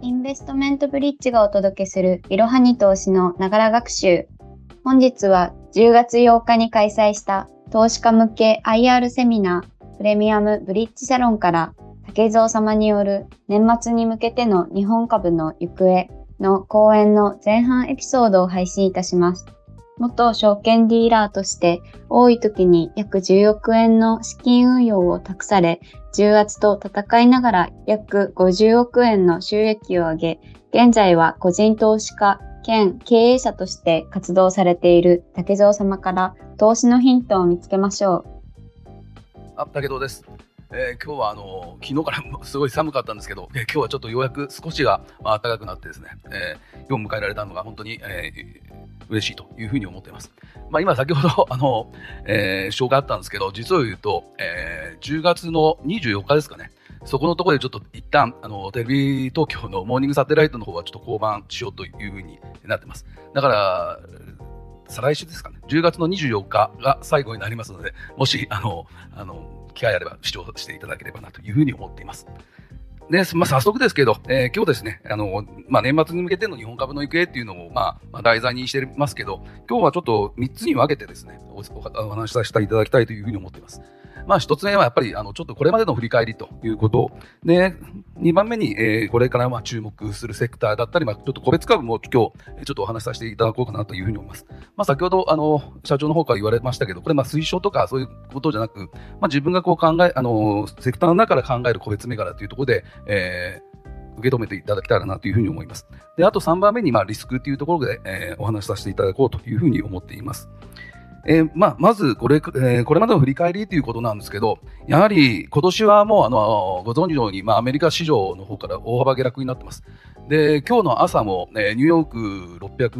インベストメントブリッジがお届けするいろはに投資のながら学習。本日は10月8日に開催した投資家向け IR セミナープレミアムブリッジサロンから竹蔵様による年末に向けての日本株の行方の講演の前半エピソードを配信いたします。元証券ディーラーとして多い時に約10億円の資金運用を託され、重圧と戦いながら約50億円の収益を上げ、現在は個人投資家兼経営者として活動されている竹蔵様から投資のヒントを見つけましょう。竹蔵です。今日は昨日からすごい寒かったんですけど、今日はちょっとようやく少しが暖かくなってですね、今日迎えられたのが本当に、嬉しいというふうに思っています。今先ほど紹介あったんですけど、実を言うと、10月の24日ですかね、そこのところでちょっと一旦テレビ東京のモーニングサテライトの方はちょっと降板しようというふうになってます。だから再来週ですかね、10月の24日が最後になりますので、もし機会あれば視聴していただければなというふうに思っています。で、早速ですけど、今日ですね、年末に向けての日本株の行方っていうのを、題材にしてますけど、今日はちょっと3つに分けてですね、お話しさせていただきたいというふうに思っています。1つ目はやっぱりちょっとこれまでの振り返りということで、2番目に、これから注目するセクターだったり、ちょっと個別株も今日ちょっとお話しさせていただこうかなというふうに思います。先ほど社長の方から言われましたけど、これ推奨とかそういうことじゃなく、自分がこうセクターの中から考える個別銘柄というところで、受け止めていただけたらなというふうに思います。で、あと3番目にリスクというところで、お話しさせていただこうというふうに思っています。まずこれまでの振り返りということなんですけど、やはり今年はもうご存知のように、アメリカ市場の方から大幅下落になってます。で、今日の朝も、ニューヨーク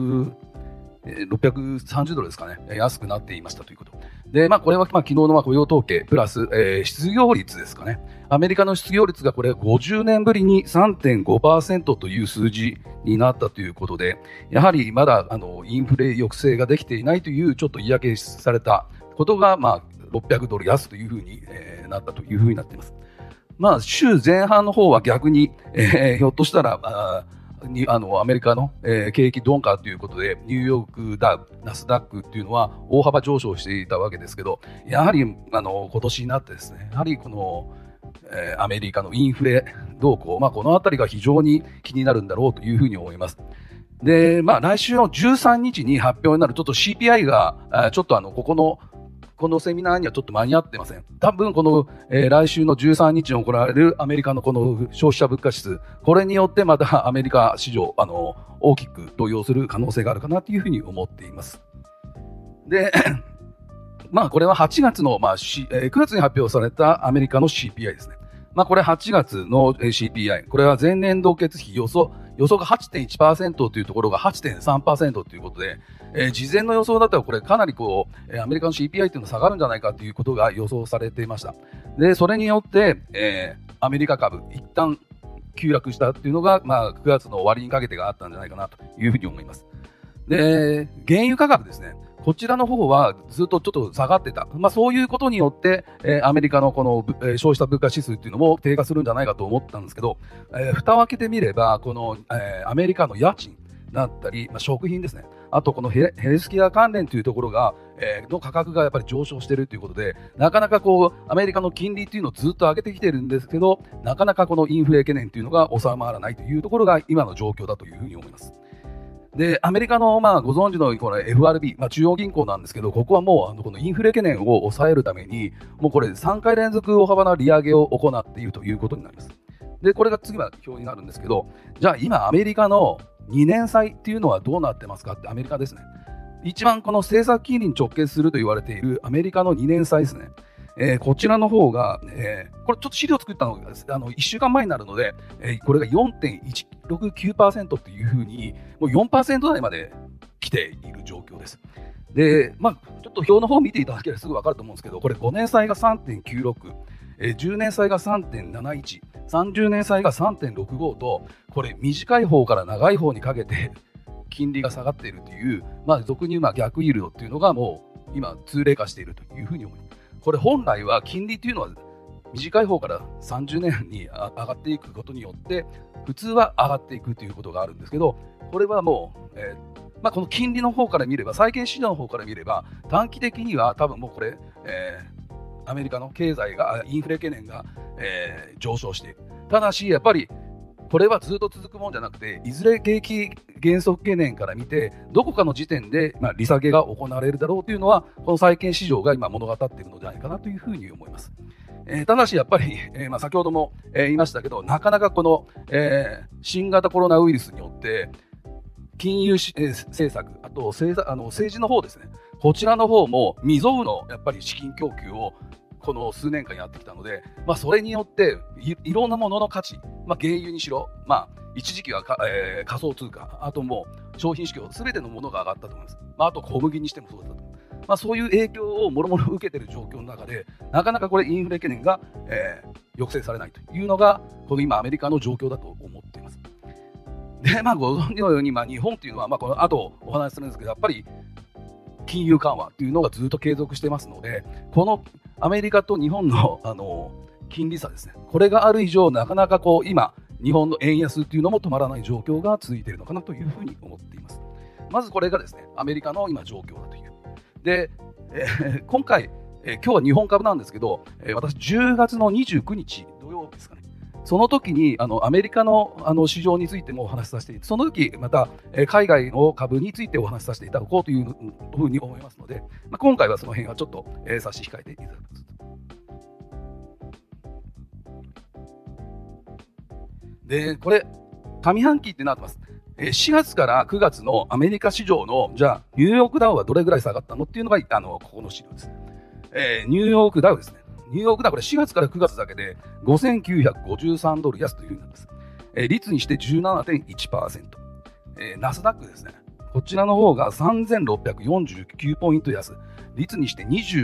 630ドルですかね、安くなっていましたということで、これは昨日の雇用統計プラス、失業率ですかね。アメリカの失業率がこれ50年ぶりに 3.5% という数字になったということで、やはりまだインフレ抑制ができていないというちょっと嫌気されたことが、600ドル安というふうに、なったというふうになっています。週前半の方は逆に、ひょっとしたらアメリカの、景気鈍化ということでニューヨークダウ、ナスダックっていうのは大幅上昇していたわけですけど、やはり今年になってですね、やはりこのアメリカのインフレ動向、このあたりが非常に気になるんだろうというふうに思います。で、来週の13日に発表になるちょっと CPI がちょっとこのセミナーにはちょっと間に合ってません。多分この、来週の13日に行われるアメリカのこの消費者物価指数、これによってまたアメリカ市場大きく動揺する可能性があるかなというふうに思っています。でこれは8月の、9月に発表されたアメリカの CPI ですね。これ8月の CPI、これは前年同月比予想が 8.1% というところが 8.3% ということで、事前の予想だったらこれかなりアメリカの CPI というのが下がるんじゃないかということが予想されていました。で、それによって、アメリカ株一旦急落したというのが、9月の終わりにかけてがあったんじゃないかなというふうに思います。で、原油価格ですね。こちらの方はずっとちょっと下がってた。そういうことによって、アメリカのこの、消費者物価指数っていうのも低下するんじゃないかと思ったんですけど、蓋を開けてみれば、この、アメリカの家賃だったり、食品ですね。あとこのヘルスケア関連というところが、の価格がやっぱり上昇しているということで、なかなかアメリカの金利というのをずっと上げてきているんですけど、なかなかこのインフレ懸念というのが収まらないというところが今の状況だというふうに思います。で、アメリカの、ご存知のこの FRB、中央銀行なんですけど、ここはもうこのインフレ懸念を抑えるために、もうこれ3回連続大幅な利上げを行っているということになります。で、これが次は表になるんですけど、じゃあ今アメリカの2年債っていうのはどうなってますかって、アメリカですね。一番この政策金利に直結すると言われているアメリカの2年債ですね。こちらの方が、これちょっと資料作ったのが1週間前になるので、これが 4.169% というふうにもう 4% 台まで来ている状況です。で、ちょっと表の方を見ていただければすぐ分かると思うんですけど、これ5年債が 3.96、10年債が 3.71、30年債が 3.65 と、これ短い方から長い方にかけて金利が下がっているという、俗に言う逆イールドというのがもう今通例化しているというふうに思います。これ本来は金利というのは短い方から30年に上がっていくことによって普通は上がっていくということがあるんですけど、これはもう、この金利の方から見れば、債券市場の方から見れば短期的には多分もうこれ、アメリカの経済がインフレ懸念が、上昇している。ただしやっぱりこれはずっと続くもんじゃなくて、いずれ景気減速懸念から見てどこかの時点で利下げが行われるだろうというのは、この債券市場が今物語っているのではないかなというふうに思います。ただしやっぱり、先ほども、言いましたけど、なかなかこの、新型コロナウイルスによって金融政策、あと政治の方ですね、こちらの方も未曾有のやっぱり資金供給をこの数年間やってきたので、それによっていろんなものの価値、原油にしろ、一時期は仮想通貨、あともう商品市況、すべてのものが上がったと思います。あと小麦にしてもそうだったと思います。そういう影響をもろもろ受けている状況の中で、なかなかこれインフレ懸念が、抑制されないというのがこの今アメリカの状況だと思っています。で、ご存知のように、日本というのは、この後お話しするんですけど、やっぱり金融緩和というのがずっと継続してますので、このアメリカと日本の、金利差ですね、これがある以上、なかなか今日本の円安というのも止まらない状況が続いているのかなというふうに思っています。まずこれがですね、アメリカの今状況だという。で、今回、今日は日本株なんですけど、私10月の29日土曜日ですかね、その時にアメリカの市場についてもお話しさせて、その時また海外の株についてお話しさせていただこうというふうに思いますので、今回はその辺はちょっと差し控えていただきます。で、これ上半期ってなってます。4月から9月のアメリカ市場のじゃあニューヨークダウはどれぐらい下がったのっていうのがここの資料です。ニューヨークダウですね。ニューヨークダウこれ4月から9月だけで5953ドル安というふうになります。率にして 17.1%。ナスダックですね。こちらの方が3649ポイント安。率にして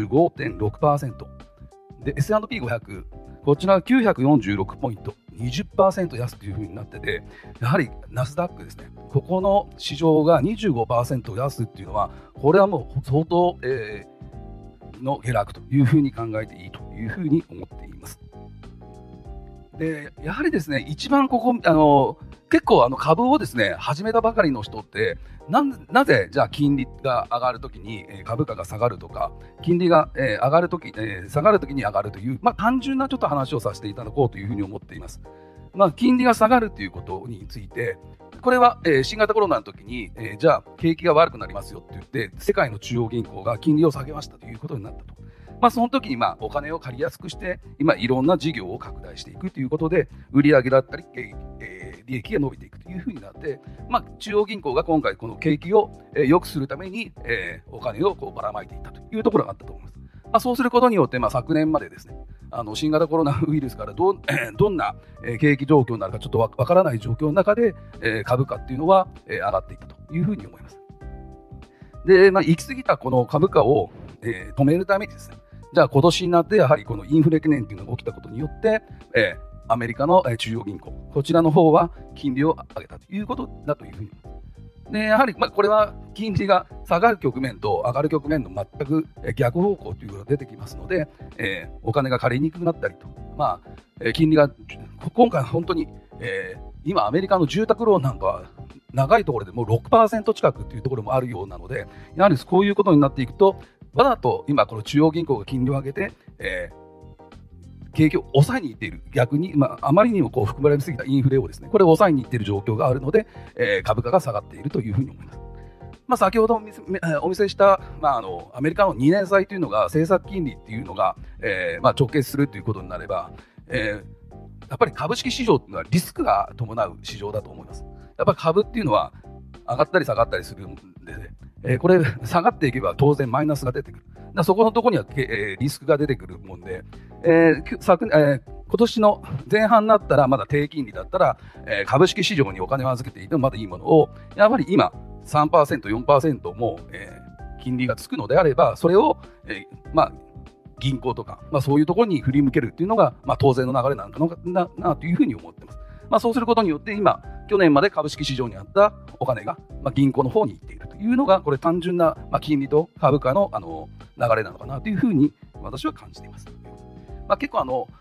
25.6%。で、S&P500、こちらは946ポイント。20% 安というふうになってて、やはりナスダックですね。ここの市場が 25% 安っていうのは、これはもう相当、の下落というふうに考えていいというふうに思っています。で、やはりですね、一番ここ結構株をですね始めたばかりの人ってなぜじゃあ金利が上がるときに株価が下がるとか、金利が上がるとき下がるときに上がるという、単純なちょっと話をさせていただこうというふうに思っています。金利が下がるということについて、これは新型コロナの時にじゃあ景気が悪くなりますよって言って世界の中央銀行が金利を下げましたということになったと。その時にお金を借りやすくして今いろんな事業を拡大していくということで売上だったり利益が伸びていくというふうになって、中央銀行が今回この景気を良くするためにお金をばらまいていったというところがあったと思います。そうすることによって昨年までですね、新型コロナウイルスからどんな景気状況になるかちょっとわからない状況の中で株価っていうのは上がっていったというふうに思います。で、行き過ぎたこの株価を止めるためにですね、じゃあ今年になってやはりこのインフレ懸念というのが起きたことによってアメリカの中央銀行、こちらの方は金利を上げたということだというふうに思います。で、やはりこれは金利が下がる局面と上がる局面の全く逆方向というのが出てきますので、お金が借りにくくなったりと、金利が今回本当に、今アメリカの住宅ローンなんかは長いところでもう 6% 近くというところもあるようなので、やはりこういうことになっていくと、わざと今この中央銀行が金利を上げて、景気を抑えにいっている、逆に、あまりにも含まれすぎたインフレをですね、これを抑えにいっている状況があるので、株価が下がっているというふうに思います。先ほどお見せした、アメリカの2年債というのが政策金利というのが、直結するということになれば、やっぱり株式市場というのはリスクが伴う市場だと思います。やっぱり株っていうのは上がったり下がったりするんで、これ下がっていけば当然マイナスが出てくる。そこのところには、リスクが出てくるもんで、今年の前半になったらまだ低金利だったら、株式市場にお金を預けていてもまだいいものを、やはり今 3%、4% も、金利がつくのであれば、それを、銀行とか、そういうところに振り向けるっていうのが、当然の流れなのかなというふうに思っています。そうすることによって今去年まで株式市場にあったお金が、銀行の方に行っているというのが、これ単純な、金利と株価の、流れなのかなというふうに私は感じています。結構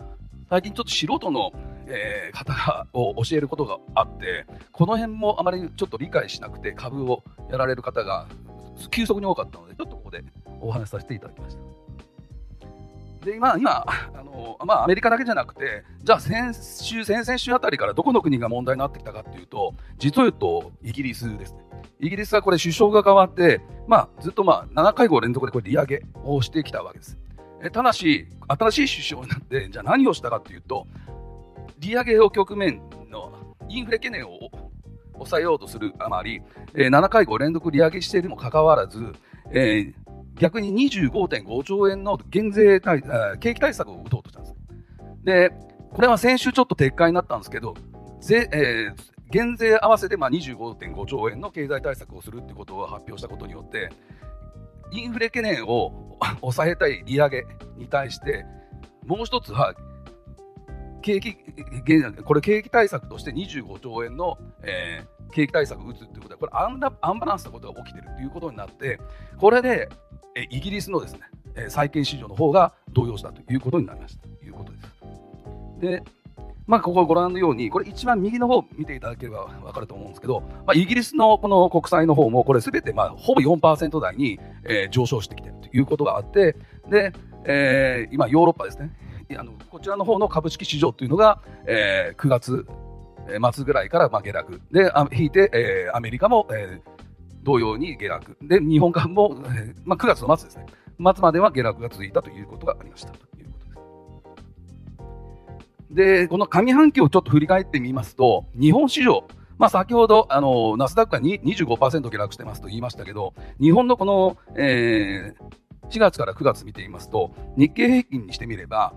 最近ちょっと素人の、方を教えることがあって、この辺もあまりちょっと理解しなくて株をやられる方が急速に多かったので、ちょっとここでお話しさせていただきました。で今アメリカだけじゃなくて、じゃあ先々週あたりからどこの国が問題になってきたかっていうと、実を言うとイギリスですね。イギリスはこれ首相が変わって、ずっと7回連続でこれ利上げをしてきたわけです。ただし新しい首相になって、じゃあ何をしたかというと、利上げを局面のインフレ懸念を抑えようとするあまり、7回連続利上げしているにもかかわらず、逆に 25.5 兆円の景気対策を打とうとしたんです。で、これは先週ちょっと撤回になったんですけど、減税合わせて25.5 兆円の経済対策をするということを発表したことによって、インフレ懸念を抑えたい利上げに対して、もう一つは景気対策として25兆円の、景気対策を打つということは、これアンバランスなことが起きているということになって、これでイギリスのですね、債券市場の方が動揺したということになりましたということです。で、ここご覧のように、これ一番右の方を見ていただければ分かると思うんですけど、イギリスのこの国債の方もこれすべてほぼ 4% 台に、上昇してきているということがあって、で、今ヨーロッパですね、こちらの方の株式市場というのが、9月末ぐらいから下落で、引いて、アメリカも、同様に下落で、日本株も、9月の末ですね、末までは下落が続いたということがありましたということです。で、この上半期をちょっと振り返ってみますと、日本市場、先ほどナスダックが 25% 下落してますと言いましたけど、日本のこの、4月から9月見てみますと、日経平均にしてみれば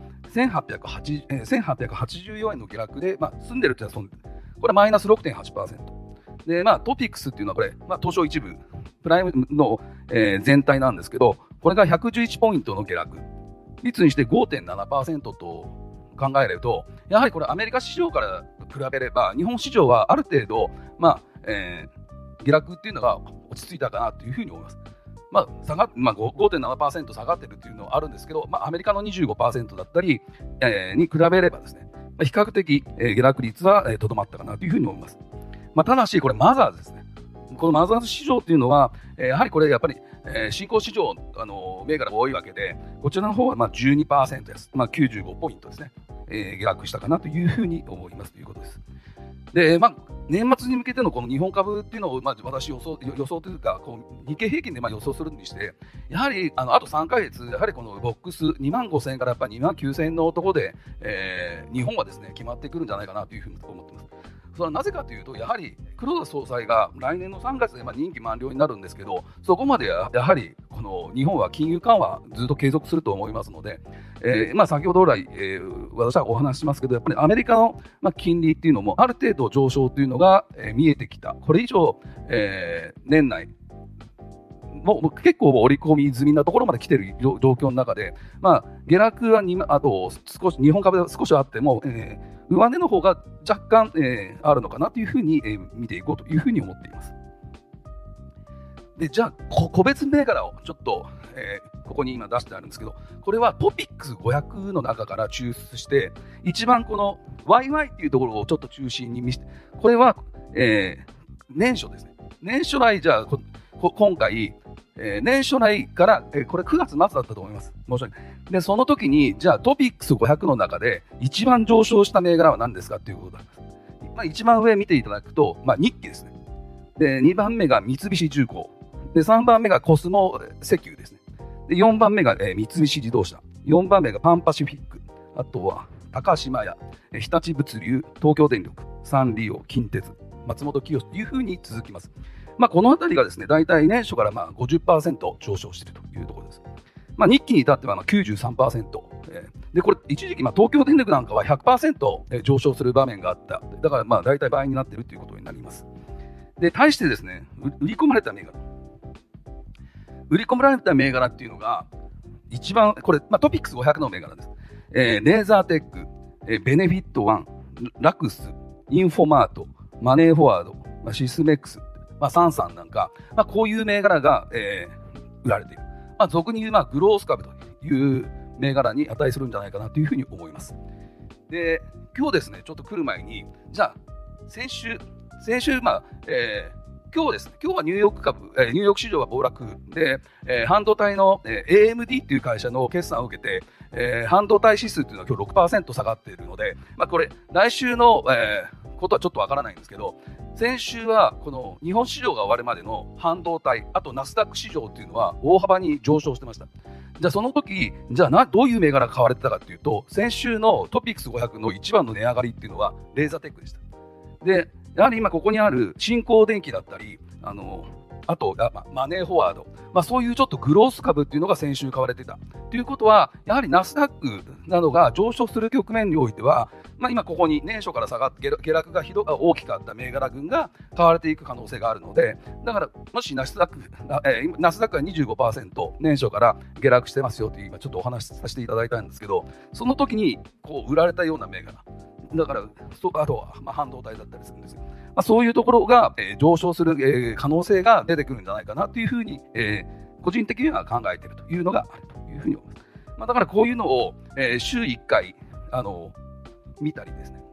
1884円の下落で、住んでるというのはこれマイナス 6.8%。で、トピックスっていうのはこれ、東証一部プライムの、全体なんですけど、これが111ポイントの下落率にして 5.7% と考えると、やはりこれアメリカ市場から比べれば日本市場はある程度、下落っていうのが落ち着いたかなというふうに思います。5.7% 下がってるっていうのはあるんですけど、アメリカの 25% だったり、に比べればですね、比較的、下落率はとどまったかなというふうに思います。ただしこれマザーズですね。このマザーズ市場っていうのは、やはりこれやっぱり、新興市場銘柄が多いわけで、こちらの方は12% です。95ポイントですね、下落したかなというふうに思いますということです。で、年末に向けてのこの日本株っていうのを、私予想というか、日経平均で予想するにして、やはりあと3ヶ月、やはりこのボックス2万5000円からやっぱり2万9000円のところで、日本はですね決まってくるんじゃないかなというふうに思っています。それはなぜかというと、やはり黒田総裁が来年の3月で任期満了になるんですけど、そこまでやはりこの日本は金融緩和ずっと継続すると思いますので、先ほど来、私はお話ししますけど、やっぱりアメリカの、金利っていうのもある程度上昇というのが、見えてきた。これ以上、年内もう結構織り込み済みなところまで来ている状況の中で、下落はあと少し日本株では少しあっても、上値の方が若干、あるのかなというふうに、見ていこうというふうに思っています。で、じゃあ個別銘柄をちょっと、ここに今出してあるんですけど、これはトピックス500の中から抽出して一番この YY っていうところをちょっと中心に見せて、これは、年初ですね。年初来じゃあ今回、年初来から、これ9月末だったと思います。申し訳ない。で、その時に、じゃあトピックス500の中で一番上昇した銘柄は何ですかということになります。一番上見ていただくと、日記ですね。で、2番目が三菱重工。で、3番目がコスモ石油ですね。で、4番目が、三菱自動車。4番目がパンパシフィック。あとは、高島屋、日立物流、東京電力、サンリオ、近鉄、松本清というふうに続きます。このあたりがですね、大体年初から 50% 上昇しているというところです。日記に至っては 93%、で、これ一時期東京電力なんかは 100% 上昇する場面があった。だから大体倍になっているということになります。で、対してですね、売り込まれた銘柄っていうのが、一番、これ、トピックス500の銘柄です。レーザーテック、ベネフィットワン、ラクス、インフォマート、マネーフォワード、シスメックス、サンさんなんか、こういう銘柄が、売られている。俗に言う、グロース株という銘柄に値するんじゃないかなというふうに思います。 で、今日ですね、ちょっと来る前に、じゃあ、先週、今日ですね、今日はニューヨーク株、ニューヨーク市場は暴落で、半導体の、AMD っていう会社の決算を受けて、半導体指数っていうのは今日 6% 下がっているので、これ、来週の、ことはちょっとわからないんですけど、先週はこの日本市場が終わるまでの半導体、あとナスダック市場っていうのは大幅に上昇してました。じゃあその時、じゃあどういう銘柄が買われてたかっていうと、先週のトピックス500の一番の値上がりっていうのはレーザーテックでした。で、やはり今ここにある新興電機だったり、あとマネーフォワード、そういうちょっとグロース株っていうのが先週買われてたということは、やはりナスダックなどが上昇する局面においては、今ここに年初から下がって下落が大きかった銘柄群が買われていく可能性があるので、だからもしナスダックが 25% 年初から下落してますよという今ちょっとお話しさせていただいたんですけど、その時にこう売られたような銘柄だから、あとは半導体だったりするんですよ。そういうところが、上昇する、可能性が出てくるんじゃないかなというふうに、個人的には考えているというのがあるというふうに思います。だからこういうのを、週1回見たりですね、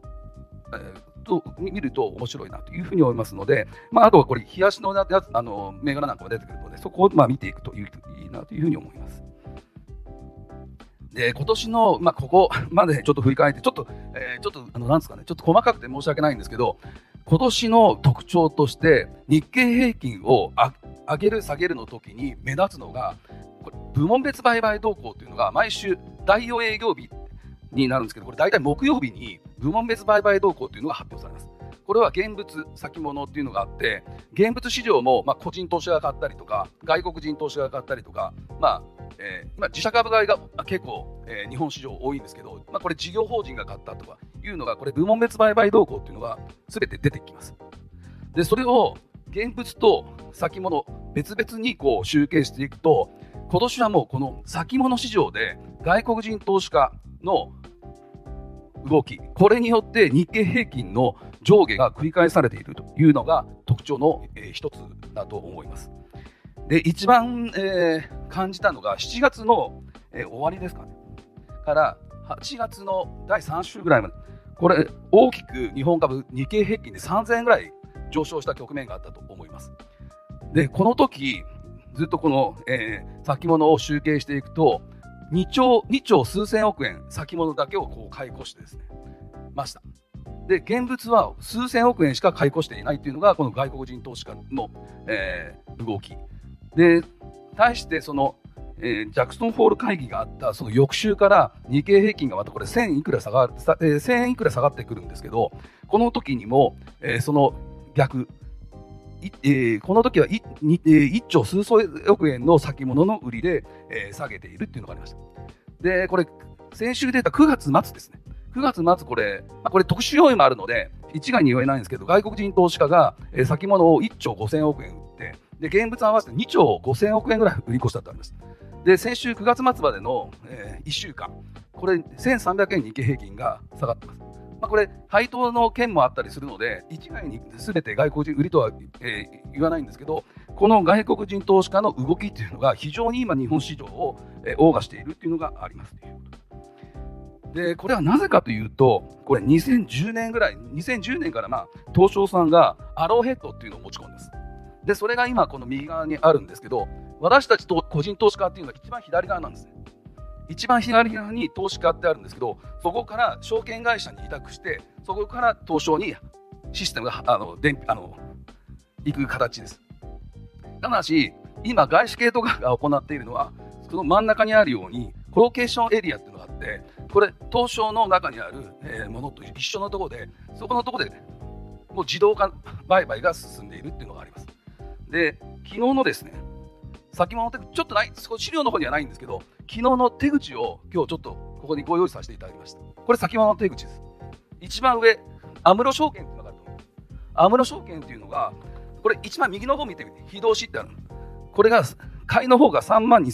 見ると面白いなというふうに思いますので、あとはこれ、冷やしの銘柄なんかも出てくるので、そこを見ていくといいなというふうに思います。で、今年の、ここまでちょっと振り返って、ちょっとなんですかね、ちょっと細かくて申し訳ないんですけど、今年の特徴として、日経平均を上げる下げるの時に目立つのが、これ部門別売買動向というのが毎週第4営業日になるんですけど、これ大体木曜日に部門別売買動向というのが発表されます。これは現物先物っていうのがあって、現物市場も個人投資家が買ったりとか、外国人投資家が買ったりとか、今自社株買いが結構、日本市場多いんですけど、これ事業法人が買ったとかいうのが、これ部門別売買動向っていうのが全て出てきます。で、それを現物と先物別々にこう集計していくと、今年はもうこの先物市場で外国人投資家の動き、これによって日経平均の上下が繰り返されているというのが特徴の、一つだと思います。で、一番、感じたのが7月の、終わりですかねから8月の第3週ぐらいまで、これ大きく日本株日経平均で3000円ぐらい上昇した局面があったと思います。で、この時ずっとこの、先物を集計していくと2兆数千億円先物だけをこう買い越してですねました。で、現物は数千億円しか買い越していないというのがこの外国人投資家の、動きで、対してその、ジャクソンホール会議があったその翌週から日経平均がまたこれ1000円いくら下がってくるんですけど、この時にも、その逆、この時は 1兆数千億円の先物の売りで、下げているっていうのがありました。で、これ先週出た9月末ですね。9月末これ特殊要因もあるので一概に言えないんですけど、外国人投資家が先物を1兆5000億円売って、で現物合わせて2兆5000億円ぐらい売り越したとあります。で、先週9月末までの、1週間、これ1300円日経平均が下がってます。これ配当の件もあったりするので一概に全て外国人売りとは、言わないんですけど、この外国人投資家の動きというのが非常に今日本市場を、謳歌しているというのがありますということで、これはなぜかというと、これ2010年から東証さんがアローヘッドっていうのを持ち込んです。で、それが今この右側にあるんですけど、私たちと個人投資家っていうのは一番左側なんですね。一番左側に投資家ってあるんですけど、そこから証券会社に委託して、そこから東証にシステムが行く形です。ただし、今外資系とかが行っているのは、その真ん中にあるようにコロケーションエリアっていうのがあって、これ東証の中にある、ものと一緒のところで、そこのところでもう自動化売買が進んでいるっていうのがあります。で、昨日のですね、先物手口ちょっとない、資料の方にはないんですけど、昨日の手口を今日ちょっとここにご用意させていただきました。これ先物の手口です。一番上、アムロ証券っていうのがあると思います。アムロ証券っていうのが、これ一番右の方見てみて、非同士ってある。これが買いの方が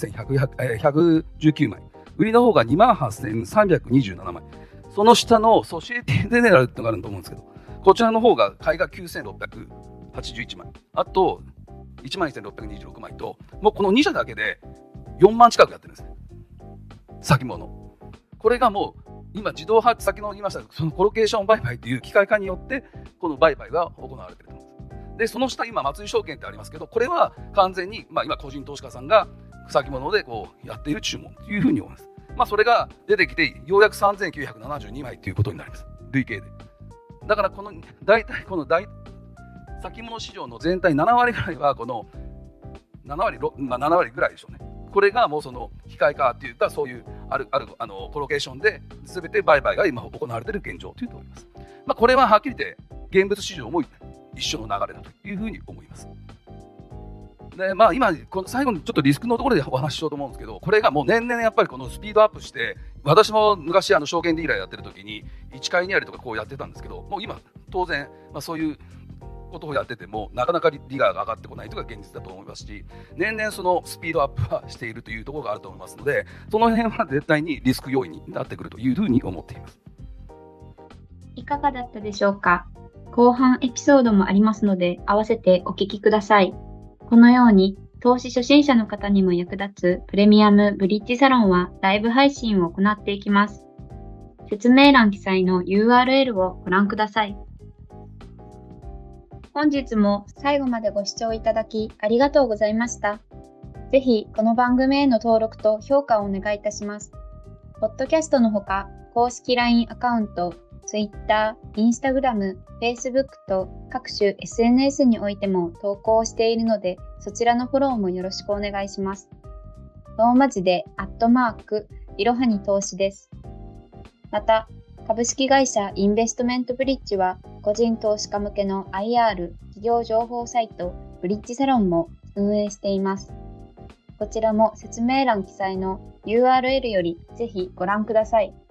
32,119枚、売りの方が28,327枚。その下のソシエティゼネラルっていうのがあると思うんですけど、こちらの方が買いが9,681枚、あと11,626枚と、もうこの2社だけで4万近くやってるんですね。先物。これがもう今自動発先の言いましたそのコロケーション売買という機械化によってこの売買が行われていると思います。でその下今松井証券ってありますけど、これは完全に、今個人投資家さんが先物でこうやっている注文というふうに思います。それが出てきてようやく3972枚ということになります、累計で。だから大体この先物市場の全体7割ぐらいはこの7割ぐらいでしょうね。これがもうその機械化というか、そういうコロケーションで全て売買が今行われている現状というと思います。これははっきり言って現物市場も一緒の流れだというふうに思います。で今この最後にちょっとリスクのところでお話ししようと思うんですけど、これがもう年々やっぱりこのスピードアップして、私も昔証券ディーラーやってる時に1回2割とかこうやってたんですけど、もう今当然、そういうことをやっててもなかなかリガーが上がってこないというのが現実だと思いますし、年々そのスピードアップはしているというところがあると思いますので、その辺は絶対にリスク要因になってくるというふうに思っています。 いかがだったでしょうか。後半エピソードもありますので、合わせてお聞きください。このように投資初心者の方にも役立つプレミアムブリッジサロンはライブ配信を行っていきます。説明欄記載の URL をご覧ください。本日も最後までご視聴いただきありがとうございました。ぜひこの番組への登録と評価をお願いいたします。ポッドキャストのほか、公式 LINE アカウント、Twitter、Instagram、Facebook と各種 SNS においても投稿をしているので、そちらのフォローもよろしくお願いします。ローマ字で@いろはに投資です。また、株式会社インベストメントブリッジは、個人投資家向けの IR 企業情報サイトブリッジサロンも運営しています。こちらも説明欄記載の URL よりぜひご覧ください。